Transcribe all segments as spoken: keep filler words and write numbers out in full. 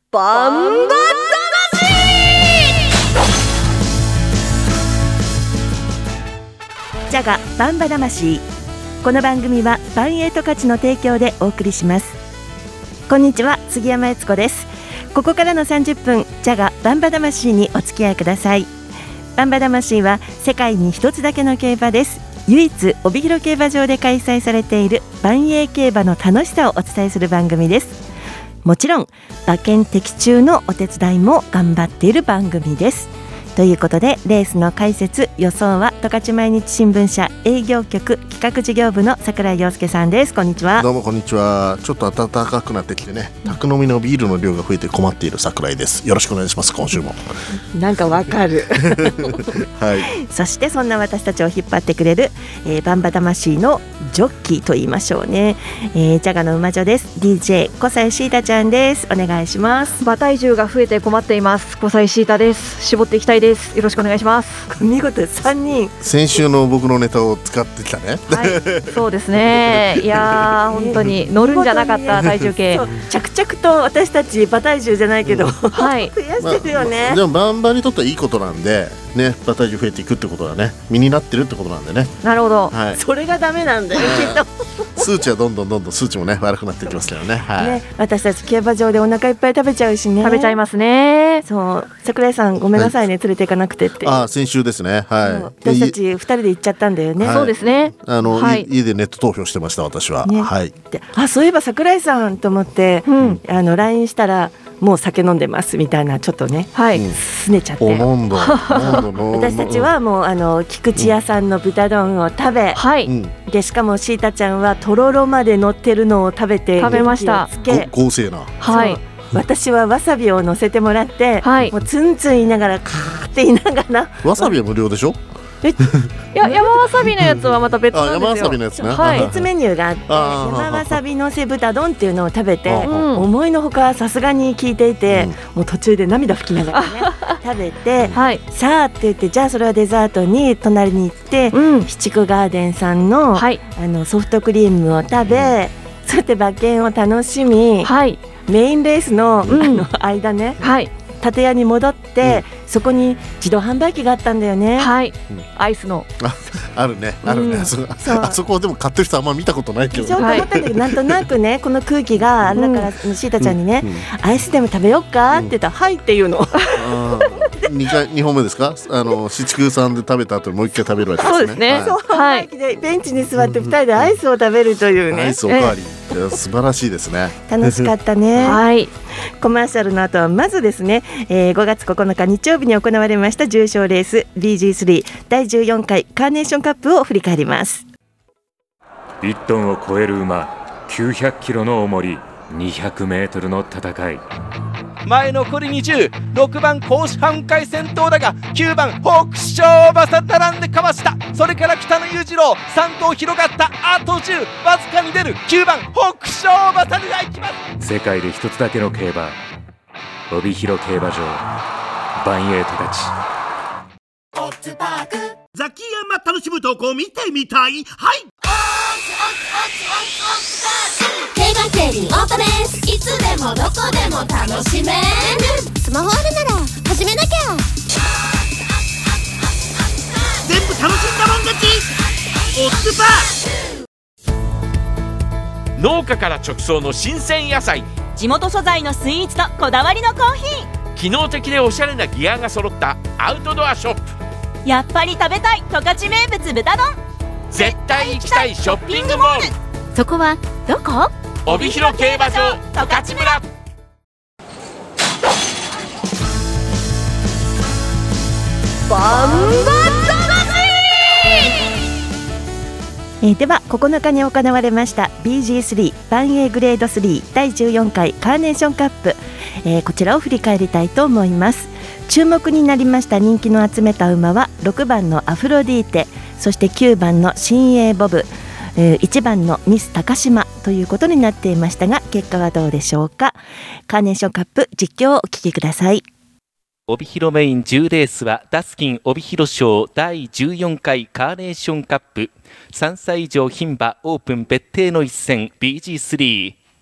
バンバ魂。 ジャガバンバ魂。この番組はバンエイト価値の提供でお送りします。こんにちは、杉山悦子です。ここからのさんじゅっぷん、ジャガバンバ魂にお付き合いください。バンバ魂は世界に一つだけの競馬です。唯一帯広競馬場で開催されている万栄競馬の楽しさをお伝えする番組です。もちろん馬券的中のお手伝いも頑張っている番組です。ということで、レースの解説予想は十勝毎日新聞社営業局企画事業部の櫻井陽介さんです。こんにちは。 どうもこんにちは。ちょっと暖かくなってきてね、宅飲みのビールの量が増えて困っている櫻井です。よろしくお願いします。今週もなんかわかるはい。 そしてそんな私たちを引っ張ってくれる、えー、バンバ魂のジョッキーと言いましょうね、えー、ジャガの馬女です。 ディージェー 小西シータちゃんです。お願いします。 馬体重が増えて困っています。小西シータです。絞っていきたいです。よろしくお願いします。 見事さんにん先週の僕のネタを使ってきたね。 はい、そうですね。いやー本当に乗るんじゃなかった体重計。 着々と私たち馬体重じゃないけど、うん、はい、増やしてるよね、 まあ、でもバンバにとってはいいことなんでね、馬体重増えていくってことはね、身になってるってことなんでね。 なるほど、 はい、 それがダメなんだよ、きっと数値はどんどんどんどん数値もね悪くなっていきますからね。はい、ね、 私たち競馬場でお腹いっぱい食べちゃうしね。 食べちゃいますね。 そう、櫻井さんごめんなさいね、はい、連れていかなくてって。 あ、先週ですね。はい、 私たちふたりで行っちゃったんだよね。 はい、そうですね。 あの、 はい、 家でネット投票してました私は、ね、はい、 で、あ、そういえば櫻井さんと思って、うん、あの ライン したらもう酒飲んでますみたいな、ちょっとね、はい、すねちゃって、私たちはもうあの菊池屋さんの豚丼を食べ、はい、でしかもシータちゃんはとろろまで乗ってるのを食べて食べました。 豪勢な、 はい、 私はわさびを乗せてもらって、はい、もうツンツン言いながらカーって言いながら。 わさびは無料でしょ。 えいや、山わさびのやつはまた別なんですよ。 山わさびのやつね、 はい、 別メニューがあって、山わさびのせ豚丼っていうのを食べて、うん、思いのほかさすがに効いていて、うん、もう途中で涙拭きながらね食べて、はい、さあって言って、じゃあそれはデザートに隣に行って、うん、七区ガーデンさんの、はい、あのソフトクリームを食べ、うん、そうやって馬券を楽しみ、はい、メインレース の,、うん、あの間ね、はい、建屋に戻って、うん、そこに自動販売機があったんだよね。はい、うん、 アイスのあ, あるね、あるね、うん、そあそこでも買ってる人あんま見たことないけど、ね、 一応思ったんだけど、なんとなくねこの空気があれだから、うん、シータちゃんにね、うんうん、アイスでも食べようかって言ったら、うん、はいっていうのにかいにほんめですか。あの七区さんで食べた後にもう一回食べるわけですね。 そうですね、はい、 そう、はい、でベンチに座ってふたりでアイスを食べるというね、 アイスおかわり、素晴らしいですね。 楽しかったねはい、コマーシャルの後はまずですね、えー、ごがつここのか日曜日に行われました重賞レース ビージースリー だいじゅうよんかいカーネーションカップを振り返ります。 いちトンを超える馬、きゅうひゃくキロの重り、にひゃくメートルの戦い。 前残りにじゅう、ろくばん甲子半回先頭だが、きゅうばん北勝馬さ並んでかわした。それから北野裕次郎さん頭広がった。あとじゅう、わずかに出るきゅうばん北勝馬さにがいきます。 世界で一つだけの競馬、帯広競馬場、バンエイトたち。 ザキヤマ楽しむ投稿見てみたい。はい、 競馬競輪オートレース、いつでもどこでも楽しめる。スマホあるなら始めなきゃ。 全部楽しんだもん勝ち。オッズパー農家から直送の新鮮野菜、 地元素材のスイーツとこだわりのコーヒー、 機能的でおしゃれなギアが揃ったアウトドアショップ。 やっぱり食べたい十勝名物豚丼。 絶対行きたいショッピングモール。 そこはどこ？ 帯広競馬場十勝村。 バンバえー、ではここのかに行われました ビージースリー バンエーグレードスリーだいじゅうよんかいカーネーションカップ、えー、こちらを振り返りたいと思います。注目になりました人気の集めた馬はろくばんのアフロディーテ、そしてきゅうばんの新鋭ボブ、えー、いちばんのミス高島ということになっていましたが、結果はどうでしょうか。カーネーションカップ実況をお聞きください。 帯広メインじゅうレースはダスキン帯広賞だいじゅうよんかいカーネーションカップ、さんさい以上牝馬オープン別邸の一戦 ビージースリー。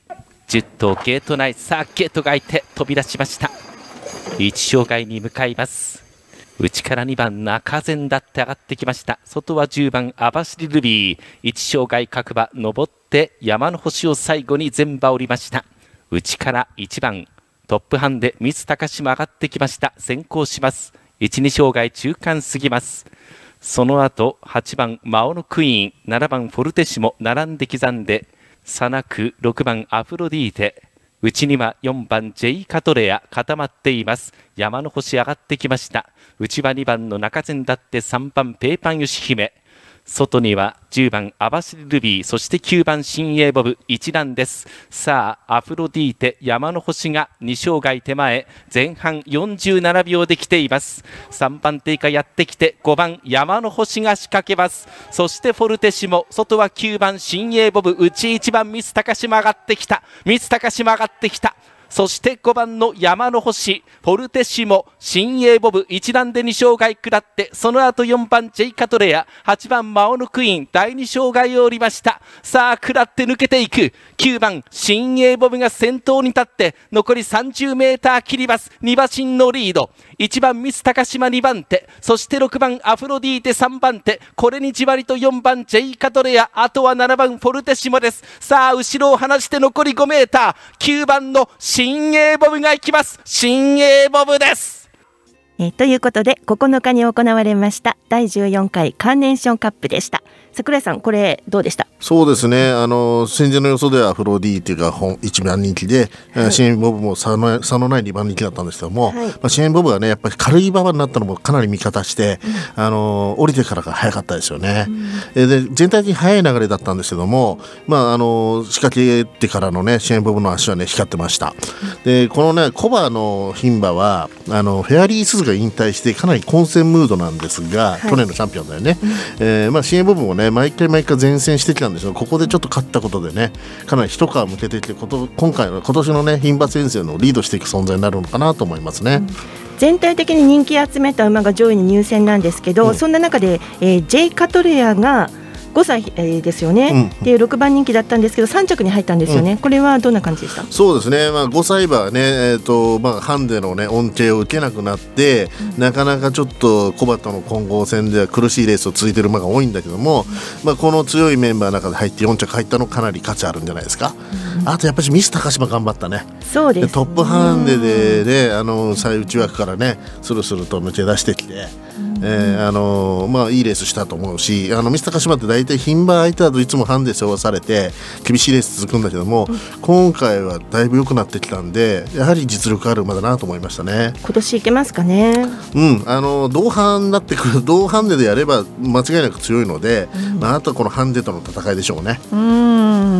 じゅっ頭ゲート内、さあゲートが開いて飛び出しました。いち障害に向かいます。内からにばん中前だって上がってきました。外はじゅうばん網走ルビー、いち障害各馬登って山の星を最後に全馬降りました。内からいちばんトップハンデミス高島上がってきました。先行します。いち、に障害中間過ぎます。その後はちばんマオノクイーン、ななばんフォルテシモ並んで刻んで、さなくろくばんアフロディーテ、内にはよんばんジェイカトレア固まっています。山の星上がってきました。内はにばんの中前だってさんばんペーパンヨシヒメ、外にはじゅうばん網走ルビー、そしてきゅうばん新鋭ボブ一覧です。さあアフロディーテ山の星がに障害手前、前半よんじゅうななびょうで来ています。さんばん手以下やってきてごばん山の星が仕掛けます。そしてフォルテシモ、外はきゅうばん新鋭ボブ、内いちばんミス高島上がってきた。ミス高島上がってきた。そしてごばんの山の星、フォルテシモ、新鋭ボブ一覧でに障害下って、その後よんばんジェイカトレア、はちばんマオノクイーン、だいに障害を降りました。さあ下って抜けていく。きゅうばん新鋭ボブが先頭に立って残りさんじゅうメーター切ります。に馬身のリード、いちばんミス高島にばん手、そしてろくばんアフロディーテさんばん手、これにじわりとよんばんジェイカトレア、あとはななばんフォルテシモです。さあ後ろを離して残りごメーター、きゅうばんの新鋭ボブが行きます。新鋭ボブです。 えー、ということでここのかに行われましただいじゅうよんかいカーネーションカップでした。櫻井さん、これどうでした？ そうですね、あの先前の予想ではアフロディーテが本いちばん人気で、はい、シェーンボブも差の、差のないにばん人気だったんですけども、はい、まあ、シェーンボブがねやっぱり軽い馬場になったのもかなり味方して、うん、あの降りてからが早かったですよね、うん、で全体的に速い流れだったんですけども、まあ、あの仕掛けてからのねシェーンボブの足はね光ってました。でこのねコバの牝馬はあのフェアリースズが引退してかなり混戦ムードなんですが、はい、去年のチャンピオンだよね、うん、えーまあ、シェーンボブもね毎回毎回前線してきたんですよ。ここでちょっと勝ったことでねかなり一皮向けてきてこと今回の今年のね牝馬戦線のリードしていく存在になるのかなと思いますね、うん、 全体的に人気集めた馬が上位に入選なんですけど、うん、そんな中で、えー、ジェイカトレアがごさい、えー、ですよね、うん、でろくばん人気だったんですけどさん着に入ったんですよね、うん、これはどんな感じでした？ そうですね、まあ、ごさい馬はね、えーとまあ、ハンデの、ね、恩恵を受けなくなって、うん、なかなかちょっとコバとの混合戦では苦しいレースを続いている馬が多いんだけども、うん、まあ、この強いメンバーの中で入ってよん着入ったのかなり価値あるんじゃないですか、うん、あとやっぱりミス高島頑張ったね。 そうですね、 でトップハンデで、ね、あの最内枠からねスルスルと抜け出してきて、えーあのまあ、いいレースしたと思うし、あのミス高島って大体牝馬相手だといつもハンデ背負わされて厳しいレース続くんだけども、うん、今回はだいぶ良くなってきたんでやはり実力ある馬だなと思いましたね。 今年いけますかね。 うん、あの同伴になってくる同ハンデでやれば間違いなく強いので、うん、まあ、あとはこのハンデとの戦いでしょうね。 うん、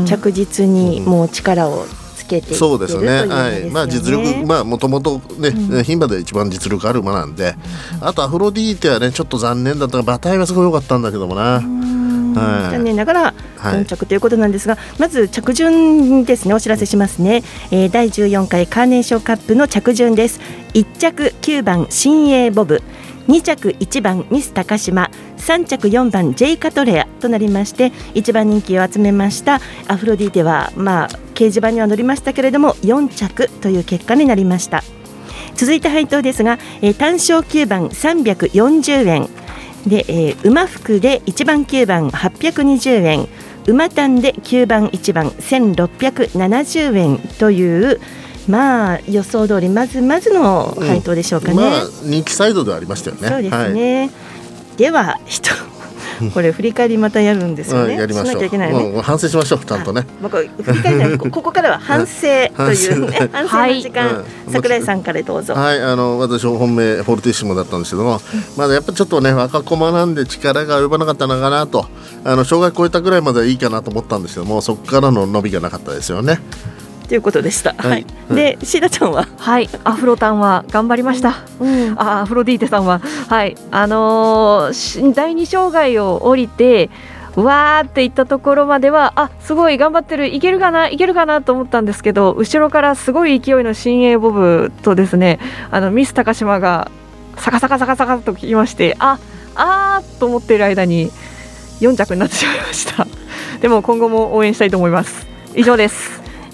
着実にもう力をつけていってる、 そうですね、はい、まあ、実力、まあ、もともとね、牝馬、うん、で一番実力ある馬なんで、うん、あとアフロディーテはねちょっと残念だったが馬体はすごい良かったんだけどもな、 はい、残念ながらよん着ということなんですが、はい、まず着順ですね、お知らせしますね、えー、だいじゅうよんかいカーネーションカップの着順です。いち着きゅうばん新鋭ボブ、に着いちばんミス高島、さん着よんばんジェイカトレアとなりまして、いちばん人気を集めましたアフロディーテは、まあ、掲示板には乗りましたけれどもよん着という結果になりました。続いて配当ですが、えー、単勝きゅうばんさんびゃくよんじゅうえんで、えー、馬服でいちばんきゅうばんはっぴゃくにじゅうえん、馬単できゅうばんいちばんせんろっぴゃくななじゅうえんという、まあ、予想通りまずまずの配当でしょうかね、 うん、まあ、人気サイドではありましたよね。 そうですね、はい、では人これ振り返りまたやるんですよね、うん、 やりましょう、しなきゃいけないね、もう反省しましょうちゃんとね。 僕振り返りないここからは反省というね反省の時間、はい、櫻井さんからどうぞ。 はい、あの私本命フォルティッシモだったんですけども、まだやっぱちょっとね若駒なんで力が及ばなかったのかなと、あの障害超えたぐらいまではいいかなと思ったんですけども、そこからの伸びがなかったですよねということでした、はいはい、でシーラちゃんは、 はい、アフロタンは頑張りました、うんうん、あアフロディーテさんは、はい、あのー、だいに障害を降りてわーっていったところまではあすごい頑張ってる、いけるかないけるかなと思ったんですけど、後ろからすごい勢いの新鋭ボブとですね、あのミス高島がサカサカサカサカときまして、ああーと思っている間によん着になってしまいました。でも今後も応援したいと思います。以上です。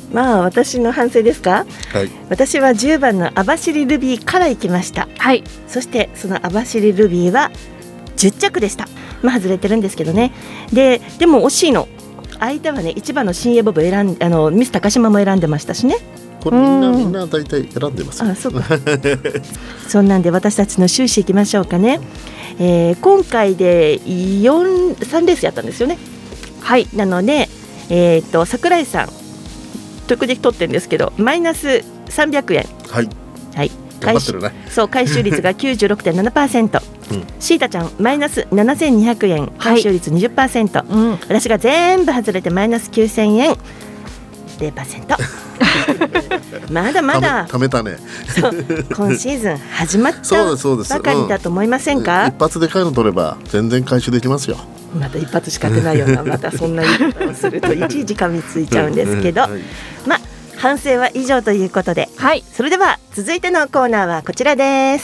まあ私の反省ですか、 はい、 私はじゅうばんの網走ルビーから行きました。 はい、 そしてその網走ルビーはじゅっちゃくでした。まあ外れてるんですけどね。ででも惜しいの、相手はねいちばんの新鋭ボブ選んあのミス高島も選んでましたしね。 これみんなみんな大体選んでますよ。 あ、そうかそんなんで私たちの終始いきましょうかね。えー、今回でよん、さんレースやったんですよね。はい、なので、えー、と桜井さん特で取ってるんですけどマイナスさんびゃくえん。 はい、 はい、 頑張ってるね。 そう回収率が きゅうじゅうろくてんななパーセント、うん、シータちゃんマイナスななせんにひゃくえん、回収率 にじゅっパーセント、はい、うん、私が全部外れてマイナスきゅうせんえん ゼロパーセント まだまだためたね。 そう今シーズン始まったばかりだと思いませんか、 うん、一発で買いの取れば全然回収できますよ。 また一発しか出ないようなまたそんな言い方をするといちいち噛みついちゃうんですけど、はい、まあ反省は以上ということで、はい、それでは続いてのコーナーはこちらです。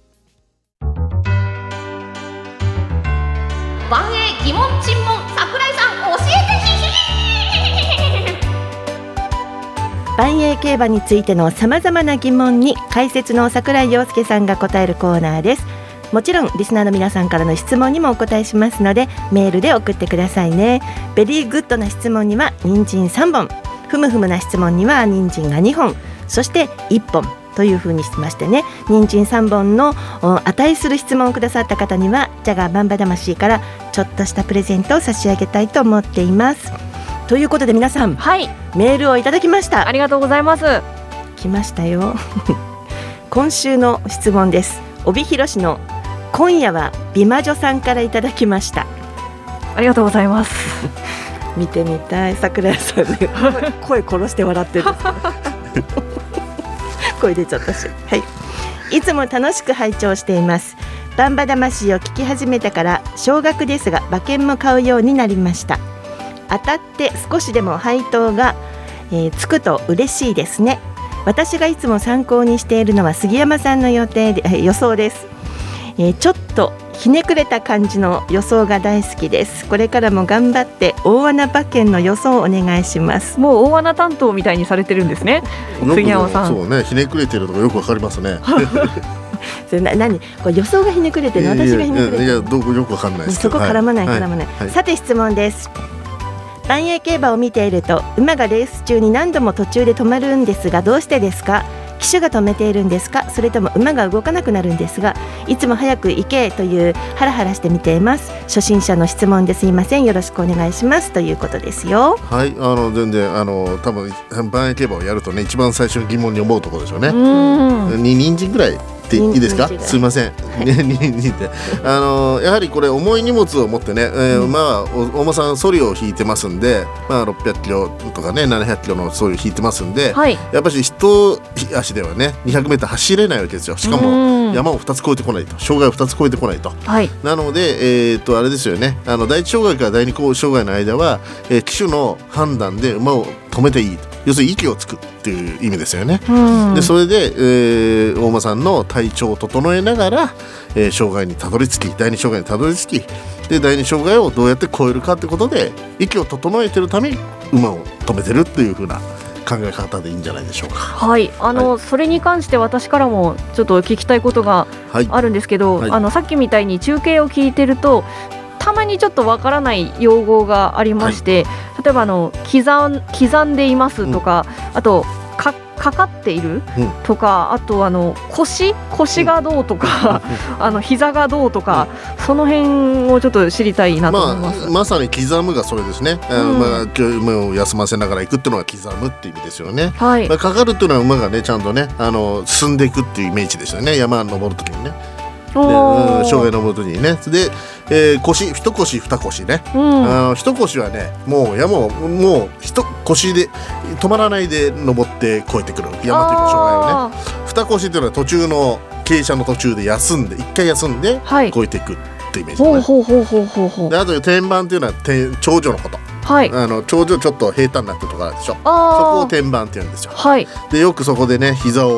万英疑問沈問桜井さん教えてひひ万英競馬についてのさまざまな疑問に解説の桜井陽介さんが答えるコーナーです。もちろんリスナーの皆さんからの質問にもお答えしますのでメールで送ってくださいね。ベリーグッドな質問には人参さんぼん、ふむふむな質問には人参がにほん、そしていっぽんというふうにしましてね、人参さんぼんの値する質問をくださった方にはジャガーバンバ魂からちょっとしたプレゼントを差し上げたいと思っています。ということで皆さん、はい、メールをいただきました。 ありがとうございます。 来ましたよ今週の質問です。帯広市の今夜は美魔女さんからいただきました。 ありがとうございます見てみたい桜井さんね声殺して笑ってる声出ちゃったし、はい、いつも楽しく拝聴しています。バンバ魂を聞き始めてから少額ですが馬券も買うようになりました。当たって少しでも配当が、えー、つくと嬉しいですね。私がいつも参考にしているのは杉山さんの予定で、えー、予想です、えー、ちょっとひねくれた感じの予想が大好きです。これからも頑張って大穴馬券の予想をお願いします。 もう大穴担当みたいにされてるんですね杉山さん。 そうね、ひねくれてるとかよくわかりますねそれな何これ予想がひねくれてるの、私がひねくれてる、 いやいやどこよくわかんないですけど、 そこ絡まない、 はい、 絡まない、 はい、 さて質問です。万英競馬を見ていると馬がレース中に何度も途中で止まるんですがどうしてですか。騎手が止めているんですか、それとも馬が動かなくなるんですが、いつも早く行けというハラハラして見ています。初心者の質問ですいません、よろしくお願いしますということですよ。 はい、あの全然あの多分万英競馬をやるとね一番最初に疑問に思うところでしょうね。に人参ぐらいっていいですか、すいません、はい、あのやはりこれ重い荷物を持ってね、えーうん、馬は重さんソリを引いてますんで、まあ、ろっぴゃくキロとかねななひゃくキロのソリを引いてますんで、はい、やっぱり一足ではねにひゃくメートル走れないわけですよ。しかも山をふたつ越えてこないと、障害をふたつ越えてこないと、はい、なので、えー、っとあれですよね、あの第一障害から第二障害の間は、えー、騎手の判断で馬を止めていいと、要するに息をつくっていう意味ですよね。でそれで、えー、大間さんの体調を整えながら、えー、障害にたどり着き第二障害にたどり着きで第二障害をどうやって超えるかってことで息を整えてるために馬を止めてるっていう風な考え方でいいんじゃないでしょうか。 はいあの、はい、それに関して私からもちょっと聞きたいことがあるんですけど、はいはい、あのさっきみたいに中継を聞いてるとたまにちょっとわからない用語がありまして、はい、例えばあの刻ん、刻んでいますとか、うん、あと か, かかっている、うん、とかあとあの 腰, 腰がどうとか、うん、あの膝がどうとか、うん、その辺をちょっと知りたいなと思います、 まあ、まさに刻むがそれですね、うん、まあ、馬を休ませながら行くっていうのが刻むっていう意味ですよね、はい、まあ、かかるっていうのは馬がねちゃんとねあの進んでいくっていうイメージですよね。山登るときにねで、うん、障害登るときにねで、えー、腰一腰二腰ね、うん、あの一腰はねもう山をもう一腰で止まらないで登って越えてくる山というか障害をね、二腰っていうのは途中の傾斜の途中で休んで一回休んで越えていくってイメージね、はい、ほうほうほうほうほうであと天板っていうのは頂上のこと、はい、あの頂上ちょっと平坦になってるところあるでしょ、そこを天板って言うんですよ、はい、でよくそこでね膝を折って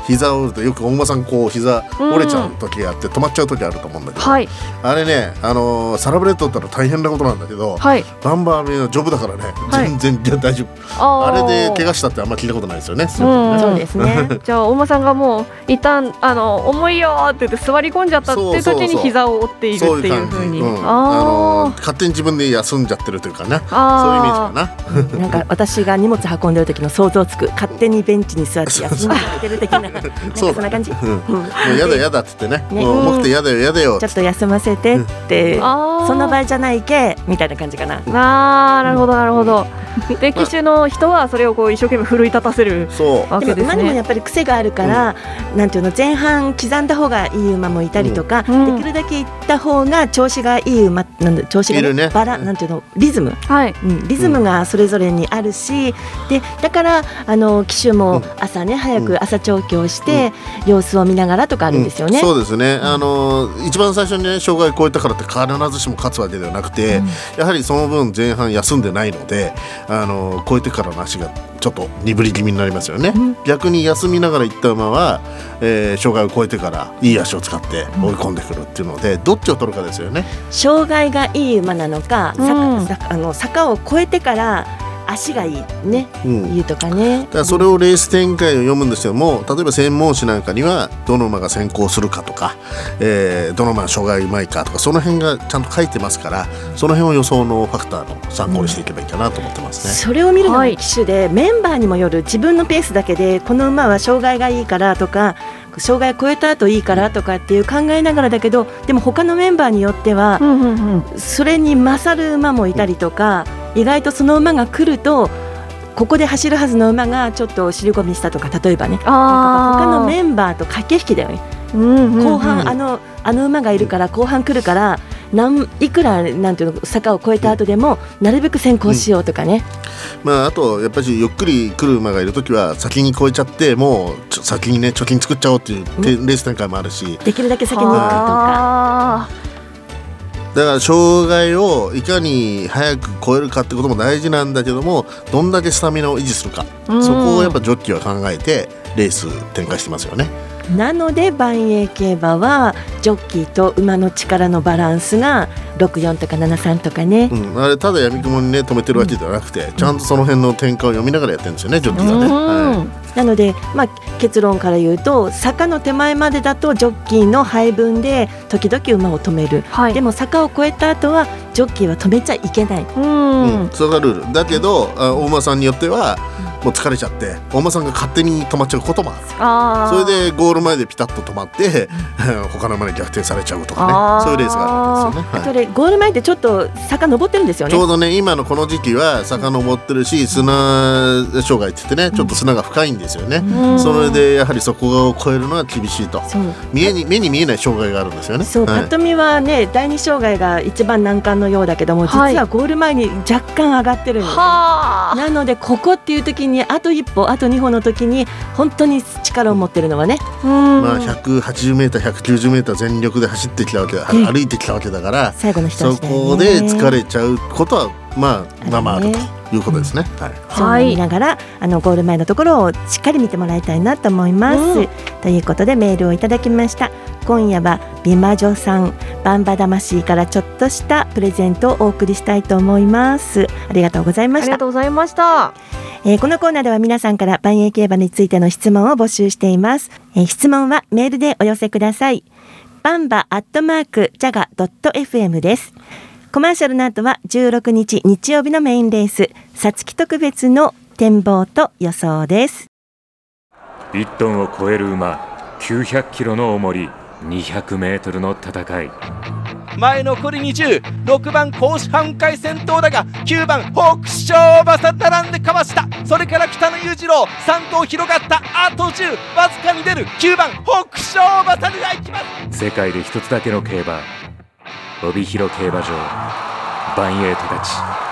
膝を折るとよく大馬さんこう膝折れちゃう時があって、うん、止まっちゃう時あると思うんだけど、はい、あれね、あのー、サラブレッドだったら大変なことなんだけど、はい、バンバーメの丈夫だからね、はい、全然大丈夫。あれで怪我したってあんま聞いたことないですよね。 そうですね。 じゃあ大馬さんがもう一旦あの重いよって言って座り込んじゃったっていう時に膝を折っているっていう風に、うん、ああのー、勝手に自分で休んじゃってるというかね、そういうイメージかな。 なんか私が荷物運んでる時の想像つく、勝手にベンチに座って休んじゃってる的な、なんかそんな感じ。 うん、もうやだやだって言ってね、ね、もう重くてやだよやだよ、 ちょっと休ませてって、うん、そんな場合じゃないけみたいな感じかな。 あー、なるほどなるほど。で騎手の人はそれをこう一生懸命奮い立たせるわけですね。 でも馬にもやっぱり癖があるから、うん、なんていうの、前半刻んだ方がいい馬もいたりとか、うん、できるだけいった方が調子がいい馬、なんだ調子が、ね、バラ、なんていうの、リズム、はい、うん、リズムがそれぞれにあるし、でだからあの騎手も朝ね、早く朝調教して、うん、様子を見ながらとかあるんですよね。 うん、そうですね。あの一番最初にね、障害を超えたからって必ずしも勝つわけではなくて、うん、やはりその分前半休んでないので、あの超えてからの足がちょっと鈍り気味になりますよね。うん、逆に休みながら行った馬は、えー、障害を超えてからいい足を使って追い込んでくるっていうので、うん、どっちを取るかですよね。 障害がいい馬なのか、うん、坂, あの坂を越えてから足がいいね、うん、いうとかね。 だからそれをレース展開を読むんですけども、例えば専門誌なんかにはどの馬が先行するかとか、えー、どの馬が障害うまいかとか、その辺がちゃんと書いてますから、その辺を予想のファクターの参考にしていけばいいかなと思ってますね。うん、 それを見るのが騎手で、はい、メンバーにもよる。自分のペースだけでこの馬は障害がいいからとか、障害を超えた後いいからとかっていう考えながらだけど、でも他のメンバーによっては、うんうんうん、それに勝る馬もいたりとか、意外とその馬が来るとここで走るはずの馬がちょっと尻込みしたとか、例えばね、あ他のメンバーと駆け引きだよね。うんうんうん、後半あのあの馬がいるから後半来るから何いくらなんていうの坂を越えた後でもなるべく先行しようとかね。 うん、まあ、あとやっぱりゆっくり来る馬がいるときは先に越えちゃってもうちょ先にね貯金作っちゃおうっていう、うん、レース展開もあるし、 できるだけ先に行くとか。 だから障害をいかに早く超えるかってことも大事なんだけども、どんだけスタミナを維持するか、そこをやっぱジョッキーは考えてレース展開してますよね。 なので万栄競馬はジョッキーと馬の力のバランスがろくよんとかななさんとかね、 うん、あれただ闇雲にね止めてるわけではなくて、うん、ちゃんとその辺の展開を読みながらやってるんですよね、ジョッキーがね。はい、 なので、まあ、結論から言うと、坂の手前までだとジョッキーの配分で時々馬を止める、はい、でも坂を越えた後はジョッキーは止めちゃいけない。 うん、うん、それがルールだけど、あ大馬さんによってはもう疲れちゃって大馬さんが勝手に止まっちゃうこともある。あそれでゴール前でピタッと止まって他の馬に逆転されちゃうとかね、そういうレースがあるんですよね。はい、 それゴール前でちょっと坂登ってるんですよね。 ちょうどね今のこの時期は坂登ってるし、砂障害って言ってねちょっと砂が深いんですよね。うん、それでやはりそこを越えるのは厳しいと、見えに目に見えない障害があるんですよね。 そう、はい、パッと見はねだいに障害が一番難関のようだけども、実はゴール前に若干上がってるんです、ね。はい、なのでここっていう時にあと一歩あと二歩の時に本当に力を持ってるのはね、 うん、まあ、ひゃくはちじゅうメーター、ひゃくきゅうじゅうメーター全力で走ってきたわけだ、歩いてきたわけだから最後の一足だよね。そこで疲れちゃうことはまあまあまああるということですね。はい、 そう見ながらあのゴール前のところをしっかり見てもらいたいなと思います。うん、ということでメールをいただきました。今夜は美魔女さんバンバ魂からちょっとしたプレゼントをお送りしたいと思います。ありがとうございました。 ありがとうございました。 えー、このコーナーでは皆さんから万栄競馬についての質問を募集しています。えー、質問はメールでお寄せください。バンバアットマークジャガドットエフエムです。コマーシャルの後はじゅうろくにち日曜日のメインレース皐月特別の展望と予想です。 いちトンを超える馬、きゅうひゃくキロの重り、にひゃくメートルの戦い。 前残りにじゅう、ろくばん甲子半回先頭だがきゅうばん北勝馬さ並んでかわした。それから北野裕次郎さん頭広がった。あとじゅうわずかに出るきゅうばん北勝馬さでいきます。 世界で一つだけの競馬、帯広競馬場バンエイトたち。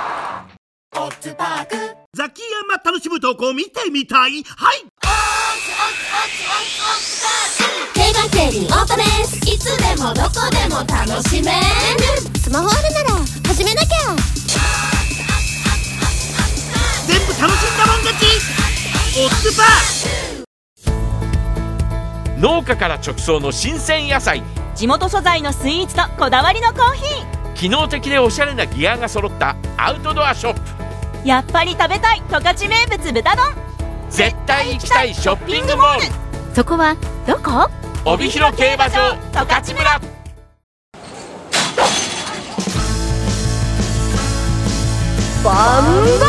ザキヤマ楽しむとこ見てみたい。はい、 競馬競輪オートレース、いつでもどこでも楽しめる。スマホあるなら始めなきゃ。 全部楽しんだもん勝ち。オッズパー農家から直送の新鮮野菜、 地元素材のスイーツとこだわりのコーヒー、 機能的でおしゃれなギアが揃ったアウトドアショップ。 やっぱり食べたい十勝名物豚丼。 絶対行きたいショッピングモール、 そこはどこ？ 帯広競馬場十勝村。 バンバ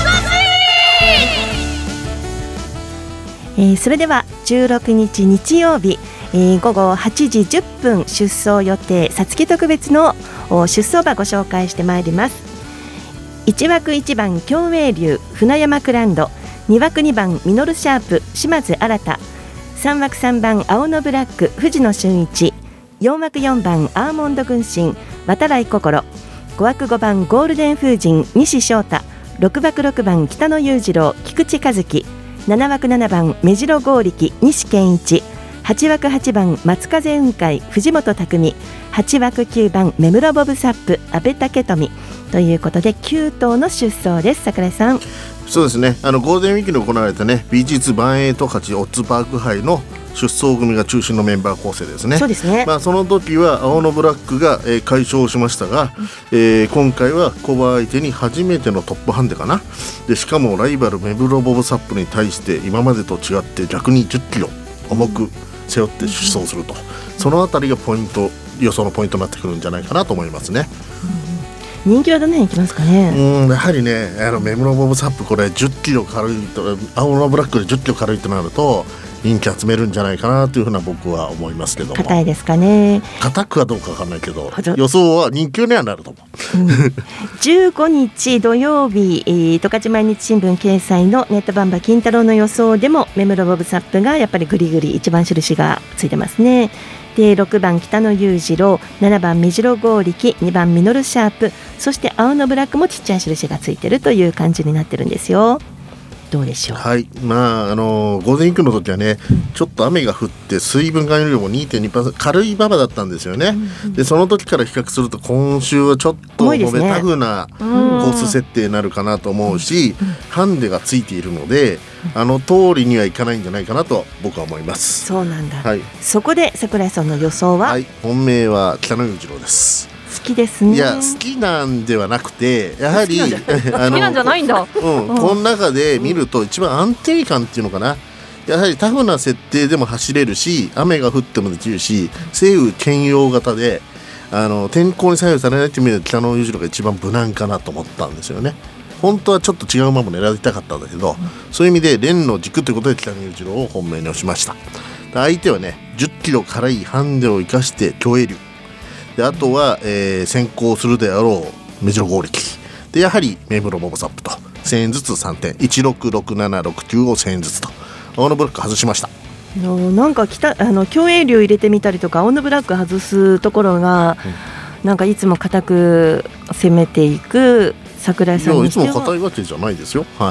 えー、それではじゅうろくにち日曜日、えー、午後はちじじゅっぷん出走予定皐月特別の出走馬ご紹介してまいります。いち枠いちばん共栄流船山クランド、に枠にばんミノルシャープ島津新、さん枠さんばん青のブラック藤野俊一、よん枠よんばんアーモンド軍神渡来心、ご枠ごばんゴールデン風神西翔太、ろく枠ろくばん北野裕次郎菊池和樹、なな枠ななばん目白剛力西健一、はち枠はちばん松風雲海藤本匠、はち枠きゅうばん目黒ボブサップ阿部武富ということできゅう頭の出走です。櫻井さん。 そうですね、あのゴールデンウィークに行われたね ビージーツー バンエイト勝ちオッズパーク杯の出走組が中心のメンバー構成ですね。 そうですね、 まあ、その時は青のブラックが、えー、快勝しましたが、えー、今回はコバ相手に初めてのトップハンデかな。でしかもライバルメブロボブサップに対して今までと違って逆にじゅっキロ重く背負って出走すると、そのあたりがポイント予想のポイントになってくるんじゃないかなと思いますね。 うん、人気はどの辺いきますかね。 うんやはりねあのメムロボブサップこれじゅっキロ軽いと、青のブラックでじゅっキロ軽いとなると人気集めるんじゃないかなというふうな僕は思いますけども。 硬いですかね。 硬くはどうかわかんないけど予想は人気にはなると思う、うん、 じゅうごにち土曜日、えー、十勝毎日新聞掲載のネットバンバ金太郎の予想でもメムロボブサップがやっぱりグリグリ一番印がついてますね。でろくばん北野裕次郎、ななばん目白剛力、にばんミノルシャープ、そして青のブラックもちっちゃい印がついてるという感じになってるんですよ。どうでしょう。 はい、まああのゴールデンウィークの時はねちょっと雨が降って水分含有量も にてんにパーセント 軽い馬場だったんですよね、うんうん、でその時から比較すると今週はちょっともめタフなコース設定になるかなと思うし、うんうん、ハンデがついているのであの通りにはいかないんじゃないかなと僕は思います。 そうなんだ、 はい、 そこで櫻井さんの予想は、 はい、本命は北野裕次郎です。 好きですね。 いや好きなんではなくてやはり好きなんじゃないんだ、 うん、この中で見ると一番安定感っていうのかな、やはりタフな設定でも走れるし雨が降ってもできるし西雨兼用型であの天候に左右されないという意味で北野裕次郎が一番無難かなと思ったんですよね。本当はちょっと違う馬も狙いたかったんだけど、うん、そういう意味で連の軸ということで北野裕次郎を本命に押しました。相手はねじゅっキロ軽いハンデを生かして共栄流で、あとは、えー、先行するであろう目白剛力でやはりメムロボブサップとせんえんずつさんてんいちろくろくななろくきゅうをせんえんずつと青のブラック外しました。 なんかきたあの共栄流入れてみたりとか青のブラック外すところが、うん、なんかいつも固く攻めていく櫻井さんにしては。いやいつも固いわけじゃないですよ。はい、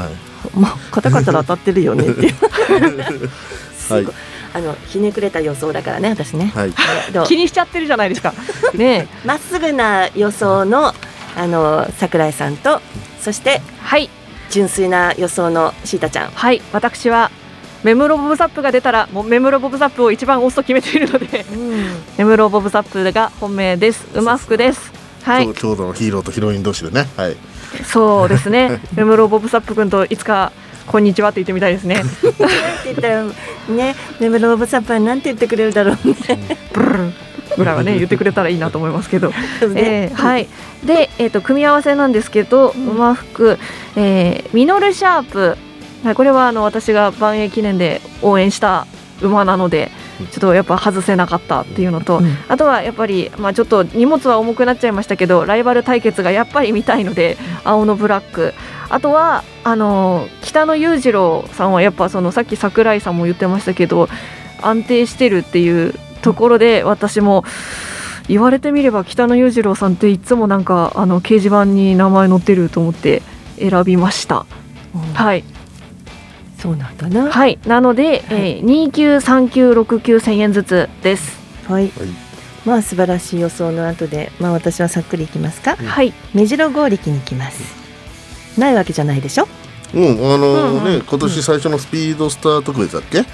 まあ硬かったら当たってるよねっていうはい、 あのひねくれた予想だからね私ね、 はい、 気にしちゃってるじゃないですかね。 まっすぐな予想のあの櫻井さんとそしてはい純粋な予想のシータちゃん。 はい私はメムロボブサップが出たらもうメムロボブサップを一番押すと決めているので、うん、メムロボブサップが本命です。馬服です。はい、 郷土のヒーローとヒロイン同士でね、はい、 そうですねメムロボブサップ君といつかこんにちはって言ってみたいですねなんて言ったらねメムロボブサップはなんて言ってくれるだろうね、 ブルルぐらいはね言ってくれたらいいなと思いますけど、えー、はいで、えー、と組み合わせなんですけど、うん、馬服、えー、ミノルシャープ、はい、これはあの私が万栄記念で応援した馬なのでちょっとやっぱ外せなかったっていうのと、うん、あとはやっぱり、まあ、ちょっと荷物は重くなっちゃいましたけどライバル対決がやっぱり見たいので青のブラック、あとはあの北野裕次郎さんはやっぱそのさっき櫻井さんも言ってましたけど安定してるっていうところで私も言われてみれば北野裕次郎さんっていつもなんかあの掲示板に名前載ってると思って選びました、うん、はいそうなんだな。 はい、なので、はい、えー、にきゅうさんきゅうろくきゅうせんえんずつです。 はい、はい、まあ素晴らしい予想の後で、まあ私はさっくりいきますか。 はい、 目白剛力に行きます。ないわけじゃないでしょ。 うん、あのーうんうん、ね今年最初のスピードスター特別だっけ、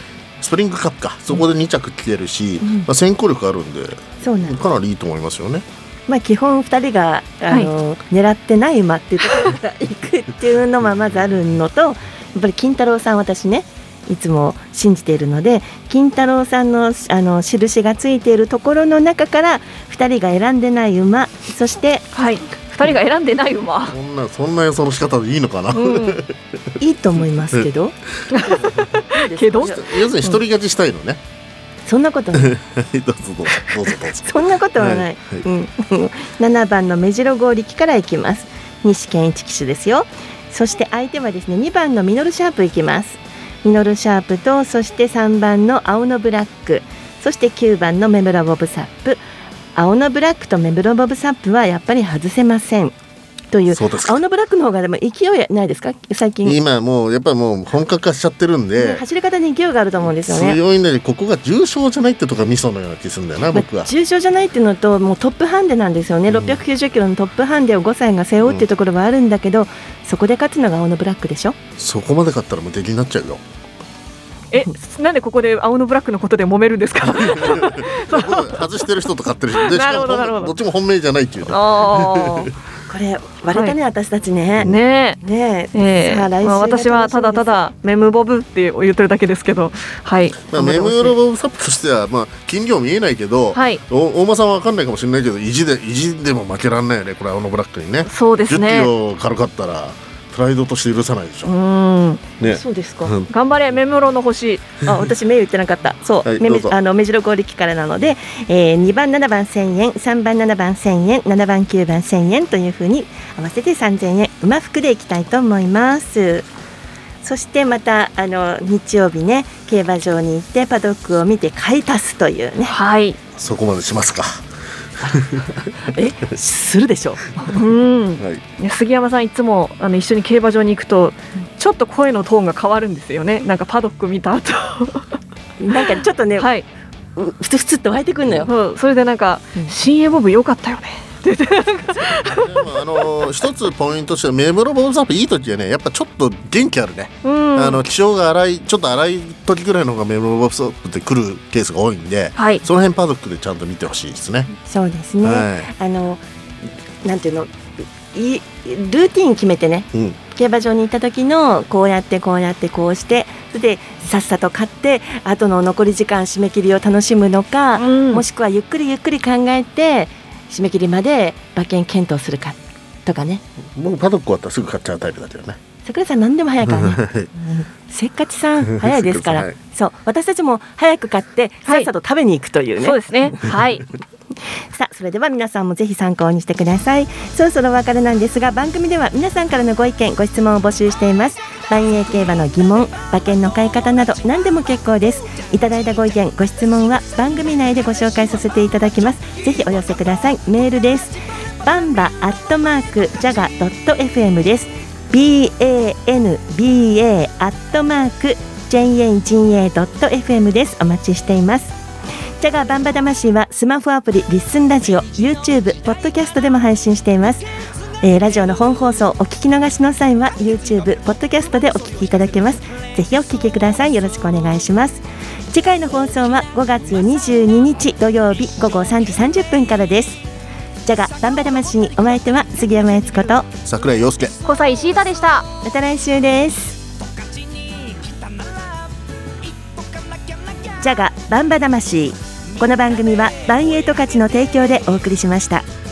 スプリングカップか、そこでに着来てるし、 うんまあ、先行力あるんで、 そうなんです。 かなりいいと思いますよね。 まあ、基本ふたりがあの、はい、狙ってない馬っていうところから行くっていうのはまずあるのと、やっぱり金太郎さん、私ねいつも信じているので、金太郎さん の, あの印がついているところの中からふたりが選んでない馬、そして、 はい、ふたりが選んでない馬、 そんなそんな予想の仕方でいいのかな、うん、 いいと思いますけどけど要するに一人勝ちしたいのね、 うん、そんなことないどうぞどうぞどうぞどうぞそんなことはない、はいはい、うん、ななばんの目白剛力からいきます。西健一騎手ですよ。そして相手はですねにばんのミノルシャープいきます。ミノルシャープと、そしてさんばんの青のブラック、そしてきゅうばんのメムロボブサップ。青のブラックとメムロボブサップはやっぱり外せませんという。青のブラックの方がでも勢いないですか最近。 今もうやっぱりもう本格化しちゃってるんで、ね、 走り方に勢いがあると思うんですよね。 強いんだけど、ここが重賞じゃないってとこがミソのような気するんだよな、僕は、まあ、 重賞じゃないっていうのと、もうトップハンデなんですよね、うん、ろっぴゃくきゅうじゅっキロのトップハンデをごさいが背負うっていうところはあるんだけど、うん、そこで勝つのが青のブラックでしょ。 そこまで勝ったら無敵になっちゃうよ。 え、なんでここで青のブラックのことで揉めるんですか外してる人と買ってる人で、 なるほどなるほど、 どっちも本命じゃないっていうね。 あこれ割れたね、はい、私たちね。 ねえ、ねえ、さあ来週、まあ、私はただただメムボブって言ってるだけですけど、はい。 まあ、メムロボブサップとしては、まあ、金量見えないけど、はい、大間さんは分かんないかもしれないけど、意地で意地でも負けられないよね、これ青のブラックにね。 そうですね。 じゅっキロ軽かったらプライドとして許さないでしょ。 うん、ね、そうですか、うん、 頑張れメムロの星。 あ、私目言ってなかったそう、はい、目, あの目白剛力からなので、えー、にばんななばんせんえん、さんばんななばんせんえん、ななばんきゅうばんせんえんというふうに合わせてさんぜんえん馬服でいきたいと思います。そしてまたあの日曜日ね、競馬場に行ってパドックを見て買い足すというね。 はい、 そこまでしますかえ、するでしょう、 うん、はい、杉山さんいつもあの一緒に競馬場に行くとちょっと声のトーンが変わるんですよね。なんかパドック見た後なんかちょっとね、はい、ふつふつっと湧いてくるのよ、 うん、それでなんか、うん、新鋭ボブ良かったよねあの一つポイントとしてはメムロボブサップいい時はね、やっぱちょっと元気あるね、うん、あの気性が荒い、ちょっと荒い時ぐらいの方がメムロボブサップって来るケースが多いんで、はい、その辺パドックでちゃんと見てほしいですね。 そうですね、はい、あのなんていうの、いルーティン決めてね、うん、競馬場に行った時のこうやってこうやってこうして、それでさっさと勝って後の残り時間締め切りを楽しむのか、うん、もしくはゆっくりゆっくり考えて締め切りまで馬券検討するかとかね。 もうパドック終わったらすぐ買っちゃうタイプだけどね。 桜井さん何でも早いからね、うん、せっかちさん早いですからそう、私たちも早く買ってさっさと食べに行くというね、 そうですね、はいさあそれでは皆さんもぜひ参考にしてください。そろそろお別れなんですが、番組では皆さんからのご意見ご質問を募集しています。万栄競馬の疑問、馬券の買い方など何でも結構です。いただいたご意見ご質問は番組内でご紹介させていただきます。ぜひお寄せください。メールです。バンバアットマークジャガドット エフエム です。 バンバ アットマーク ジェイエージェーエー ドット エフエム です。お待ちしています。ジャガバンバ魂はスマホアプリリッスンラジオ、 YouTube、 ポッドキャストでも配信しています。えー、ラジオの本放送お聞き逃しの際は YouTube、 ポッドキャストでお聞きいただけます。ぜひお聞きください。よろしくお願いします。次回の放送はごがつにじゅうににち土曜日ごごさんじさんじゅっぷんからです。ジャガバンバ魂、お相手は杉山悦子と桜井陽介、 小西石井田でした。 また来週です。ジャガバンバ魂、この番組はバンエイト価値の提供でお送りしました。